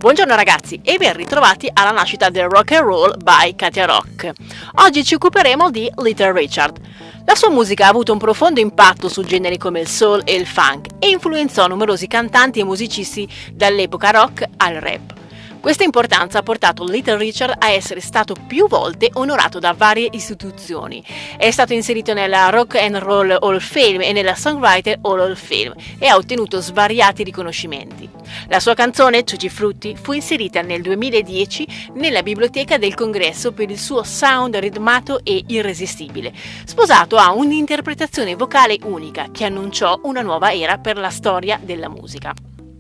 Buongiorno ragazzi e ben ritrovati alla nascita del rock and roll by Katia Rock. Oggi ci occuperemo di Little Richard. La sua musica ha avuto un profondo impatto su generi come il soul e il funk e influenzò numerosi cantanti e musicisti dall'epoca rock al rap. Questa importanza ha portato Little Richard a essere stato più volte onorato da varie istituzioni. È stato inserito nella Rock and Roll Hall of Fame e nella Songwriter Hall of Fame e ha ottenuto svariati riconoscimenti. La sua canzone Tutti Frutti fu inserita nel 2010 nella biblioteca del Congresso per il suo sound ritmato e irresistibile. Sposato a un'interpretazione vocale unica che annunciò una nuova era per la storia della musica.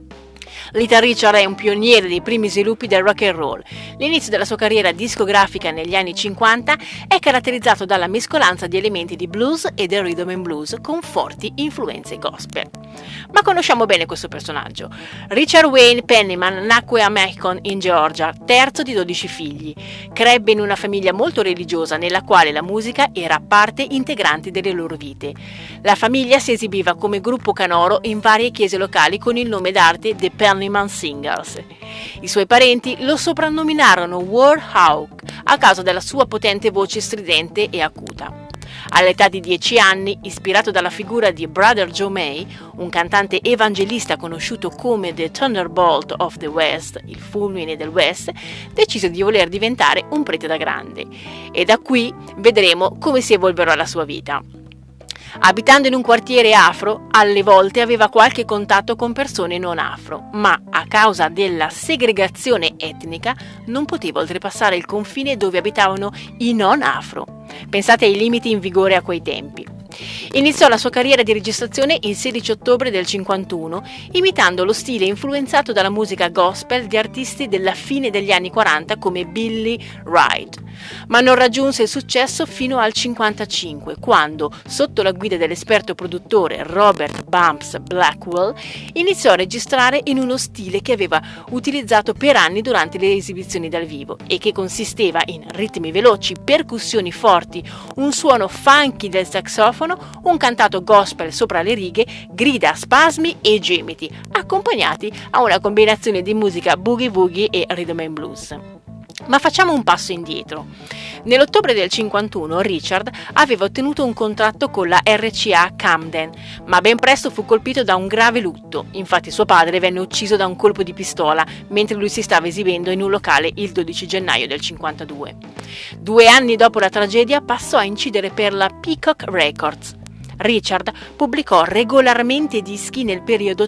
Little Richard è un pioniere dei primi sviluppi del rock and roll. L'inizio della sua carriera discografica negli anni 50 è caratterizzato dalla mescolanza di elementi di blues e del rhythm and blues con forti influenze gospel. Ma conosciamo bene questo personaggio. Richard Wayne Penniman nacque a Macon in Georgia, terzo di 12 figli. Crebbe in una famiglia molto religiosa nella quale la musica era parte integrante delle loro vite. La famiglia si esibiva come gruppo canoro in varie chiese locali con il nome d'arte The Penniman Singers. I suoi parenti lo soprannominarono Warhawk a causa della sua potente voce stridente e acuta. All'età di 10 anni, ispirato dalla figura di Brother Joe May, un cantante evangelista conosciuto come The Thunderbolt of the West, il fulmine del West, decise di voler diventare un prete da grande. E da qui vedremo come si evolverà la sua vita. Abitando in un quartiere afro, alle volte aveva qualche contatto con persone non afro, ma a causa della segregazione etnica non poteva oltrepassare il confine dove abitavano i non afro. Pensate ai limiti in vigore a quei tempi. Iniziò la sua carriera di registrazione il 16 ottobre del 51, imitando lo stile influenzato dalla musica gospel di artisti della fine degli anni 40 come Billy Wright, ma non raggiunse il successo fino al 55, quando, sotto la guida dell'esperto produttore Robert Bumps Blackwell, iniziò a registrare in uno stile che aveva utilizzato per anni durante le esibizioni dal vivo e che consisteva in ritmi veloci, percussioni forti, un suono funky del saxofono, un cantato gospel sopra le righe, grida, spasmi e gemiti, accompagnati a una combinazione di musica boogie woogie e rhythm and blues. Ma facciamo un passo indietro. Nell'ottobre del 51 Richard aveva ottenuto un contratto con la RCA Camden, ma ben presto fu colpito da un grave lutto. Infatti suo padre venne ucciso da un colpo di pistola mentre lui si stava esibendo in un locale il 12 gennaio del 52. 2 anni dopo la tragedia passò a incidere per la Peacock Records. Richard pubblicò regolarmente dischi nel periodo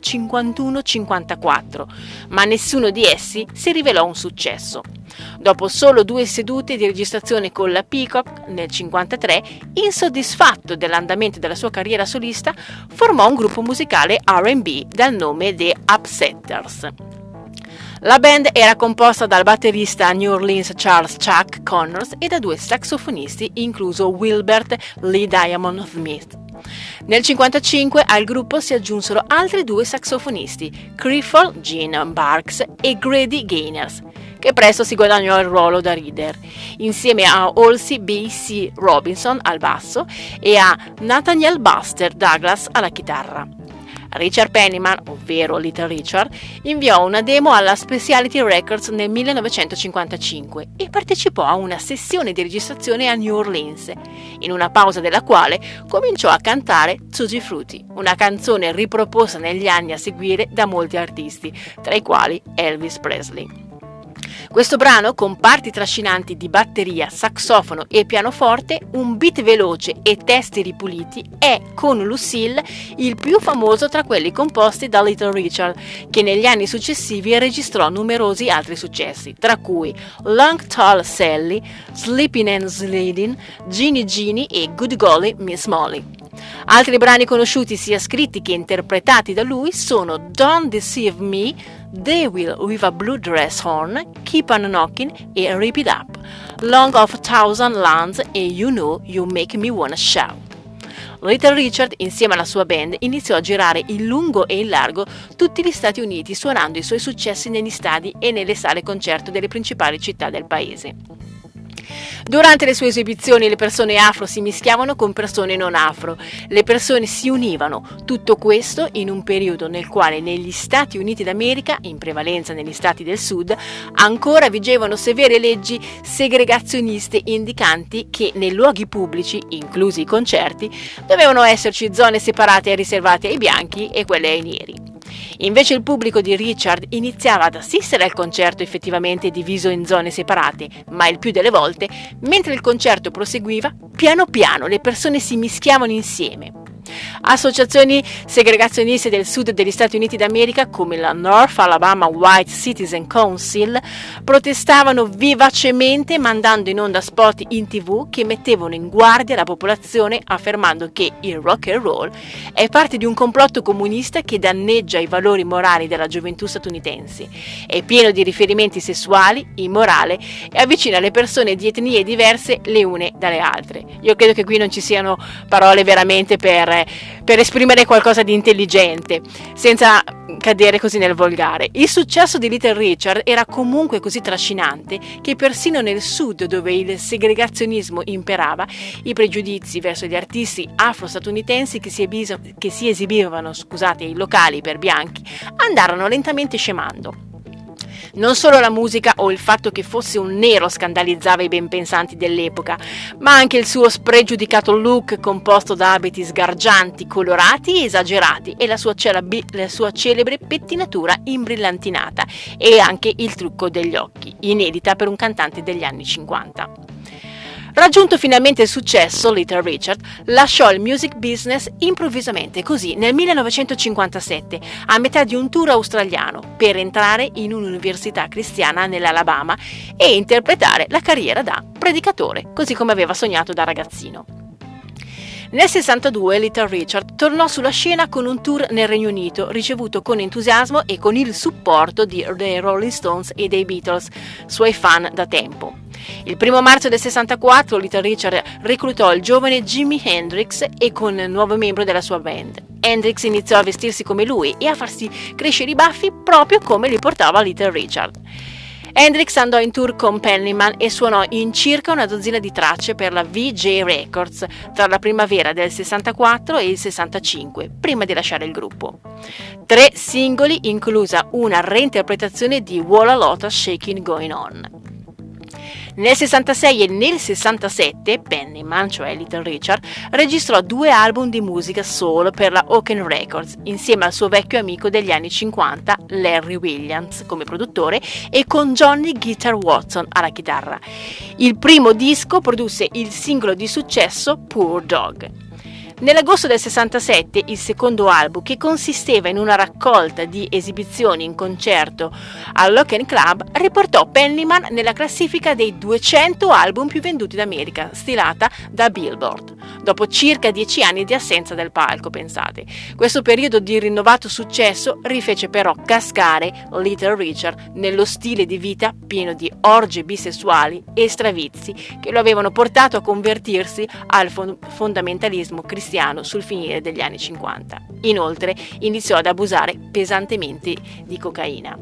51-54, ma nessuno di essi si rivelò un successo. Dopo solo 2 sedute di registrazione con la Peacock nel 53, insoddisfatto dell'andamento della sua carriera solista, formò un gruppo musicale R&B dal nome The Upsetters. La band era composta dal batterista New Orleans Charles Chuck Connors e da 2 saxofonisti, incluso Wilbert Lee Diamond Smith. Nel 1955 al gruppo si aggiunsero altri 2 saxofonisti, Clifford Gene Barks e Grady Gainers, che presto si guadagnò il ruolo da leader, insieme a Halsey B.C. Robinson al basso e a Nathaniel Buster Douglas alla chitarra. Richard Penniman, ovvero Little Richard, inviò una demo alla Specialty Records nel 1955 e partecipò a una sessione di registrazione a New Orleans, in una pausa della quale cominciò a cantare Tutti Frutti, una canzone riproposta negli anni a seguire da molti artisti, tra i quali Elvis Presley. Questo brano, con parti trascinanti di batteria, saxofono e pianoforte, un beat veloce e testi ripuliti, è, con Lucille, il più famoso tra quelli composti da Little Richard, che negli anni successivi registrò numerosi altri successi, tra cui Long Tall Sally, Sleeping and Sliding, Ginny Ginny e Good Golly Miss Molly. Altri brani conosciuti sia scritti che interpretati da lui sono Don't Deceive Me, Devil with a Blue Dress On, Keep on Knocking e Rip It Up, Long of a Thousand Lands e You Know You Make Me Wanna Shout. Little Richard, insieme alla sua band, iniziò a girare in lungo e in largo tutti gli Stati Uniti, suonando i suoi successi negli stadi e nelle sale concerto delle principali città del paese. Durante le sue esibizioni le persone afro si mischiavano con persone non afro, le persone si univano, tutto questo in un periodo nel quale negli Stati Uniti d'America, in prevalenza negli stati del sud, ancora vigevano severe leggi segregazioniste indicanti che nei luoghi pubblici, inclusi i concerti, dovevano esserci zone separate e riservate ai bianchi e quelle ai neri. Invece il pubblico di Richard iniziava ad assistere al concerto effettivamente diviso in zone separate, ma il più delle volte, mentre il concerto proseguiva, piano piano le persone si mischiavano insieme. Associazioni segregazioniste del sud degli Stati Uniti d'America, come la North Alabama White Citizen Council, protestavano vivacemente mandando in onda spot in TV che mettevano in guardia la popolazione, affermando che il rock and roll è parte di un complotto comunista che danneggia i valori morali della gioventù statunitense, è pieno di riferimenti sessuali, immorale e avvicina le persone di etnie diverse le une dalle altre. Io credo che qui non ci siano parole veramente per esprimere qualcosa di intelligente, senza cadere così nel volgare. Il successo di Little Richard era comunque così trascinante che persino nel sud, dove il segregazionismo imperava, i pregiudizi verso gli artisti afro-statunitensi che si esibivano ai locali per bianchi andarono lentamente scemando. Non solo la musica o il fatto che fosse un nero scandalizzava i ben pensanti dell'epoca, ma anche il suo spregiudicato look composto da abiti sgargianti, colorati e esagerati e la sua celebre pettinatura imbrillantinata e anche il trucco degli occhi, inedita per un cantante degli anni 50. Raggiunto finalmente il successo, Little Richard lasciò il music business improvvisamente così nel 1957, a metà di un tour australiano, per entrare in un'università cristiana nell'Alabama e interpretare la carriera da predicatore, così come aveva sognato da ragazzino. Nel 62 Little Richard tornò sulla scena con un tour nel Regno Unito, ricevuto con entusiasmo e con il supporto dei Rolling Stones e dei Beatles, suoi fan da tempo. Il 1 marzo del 64 Little Richard reclutò il giovane Jimi Hendrix e con il nuovo membro della sua band. Hendrix iniziò a vestirsi come lui e a farsi crescere i baffi proprio come li portava Little Richard. Hendrix andò in tour con Pennyman e suonò in circa una dozzina di tracce per la Vee-Jay Records tra la primavera del 64 e il 65, prima di lasciare il gruppo. 3 singoli, inclusa una reinterpretazione di Walla Lotta's Shakin' Going On. Nel 66 e nel 67 Pennyman, cioè Little Richard, registrò 2 album di musica soul per la Oaken Records, insieme al suo vecchio amico degli anni 50, Larry Williams, come produttore, e con Johnny Guitar Watson alla chitarra. Il primo disco produsse il singolo di successo Poor Dog. Nell'agosto del 67 il secondo album, che consisteva in una raccolta di esibizioni in concerto all'Oaken Club, riportò Pennyman nella classifica dei 200 album più venduti d'America, stilata da Billboard, dopo circa 10 anni di assenza dal palco, pensate. Questo periodo di rinnovato successo rifece però cascare Little Richard nello stile di vita pieno di orge bisessuali e stravizi che lo avevano portato a convertirsi al fondamentalismo cristiano sul finire degli anni 50. Inoltre iniziò ad abusare pesantemente di cocaina.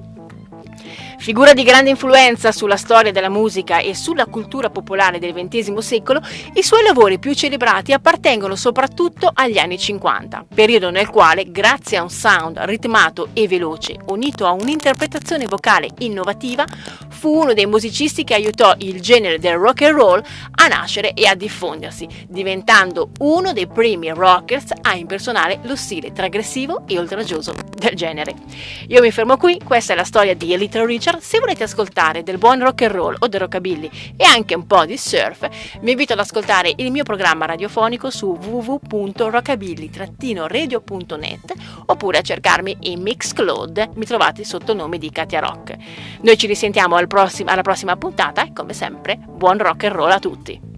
Figura di grande influenza sulla storia della musica e sulla cultura popolare del XX secolo, i suoi lavori più celebrati appartengono soprattutto agli anni 50, periodo nel quale, grazie a un sound ritmato e veloce, unito a un'interpretazione vocale innovativa, fu uno dei musicisti che aiutò il genere del rock and roll a nascere e a diffondersi, diventando uno dei primi rockers a impersonare lo stile trasgressivo e oltraggioso del genere. Io mi fermo qui, questa è la storia di Little Richard. Se volete ascoltare del buon rock and roll o del rockabilly e anche un po' di surf, vi invito ad ascoltare il mio programma radiofonico su www.rockabilly-radio.net oppure a cercarmi in Mixcloud, mi trovate sotto il nome di Katia Rock. Noi ci risentiamo alla prossima puntata e come sempre buon rock and roll a tutti!